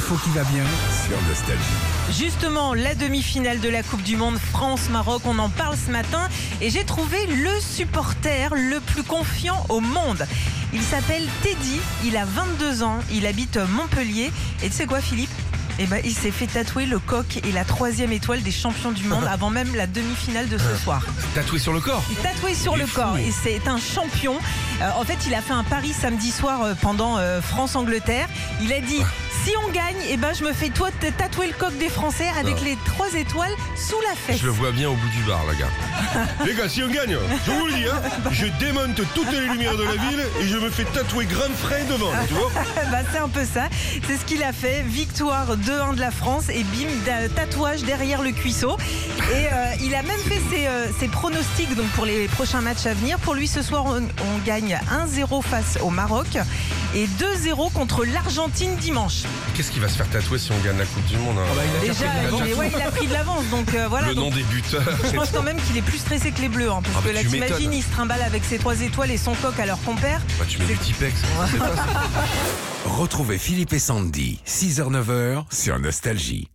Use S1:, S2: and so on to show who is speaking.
S1: l'info qui va bien sur Nostalgie.
S2: Justement, la demi-finale de la Coupe du Monde France-Maroc, on en parle ce matin et j'ai trouvé le supporter le plus confiant au monde. Il s'appelle Teddy, il a 22 ans, il habite Montpellier et tu sais quoi Philippe ? Il s'est fait tatouer le coq et la 3e étoile des champions du monde avant même la demi-finale de ce soir.
S3: Tatoué sur le corps.
S2: Tatoué sur le corps et c'est un champion. En fait, il a fait un pari samedi soir pendant France-Angleterre. Il a dit si on gagne, je me fais tatouer le coq des Français avec les 3 étoiles sous la fesse.
S3: Je le vois bien au bout du bar, le gars. Les gars, si on gagne, je vous le dis, je démonte toutes les lumières de la ville et je me fais tatouer grand frais devant, tu vois.
S2: C'est un peu ça. C'est ce qu'il a fait. Victoire 2-1 de la France et bim, tatouage derrière le cuisseau. Et il a même fait ses pronostics donc pour les prochains matchs à venir. Pour lui, ce soir, on gagne 1-0 face au Maroc et 2-0 contre l'Argentine dimanche.
S3: Qu'est-ce qu'il va se faire tatouer si on gagne la Coupe du Monde
S2: il a pris de l'avance. Donc voilà.
S3: Le nom des buteurs.
S2: Je pense quand même qu'il est plus stressé que les Bleus. Parce que là, t'imagines, il se trimballe avec ses 3 étoiles et son coq à leur compère.
S3: Tu mets du Tipex.
S1: Retrouvez Philippe et Sandy, 6h-9h sur Nostalgie.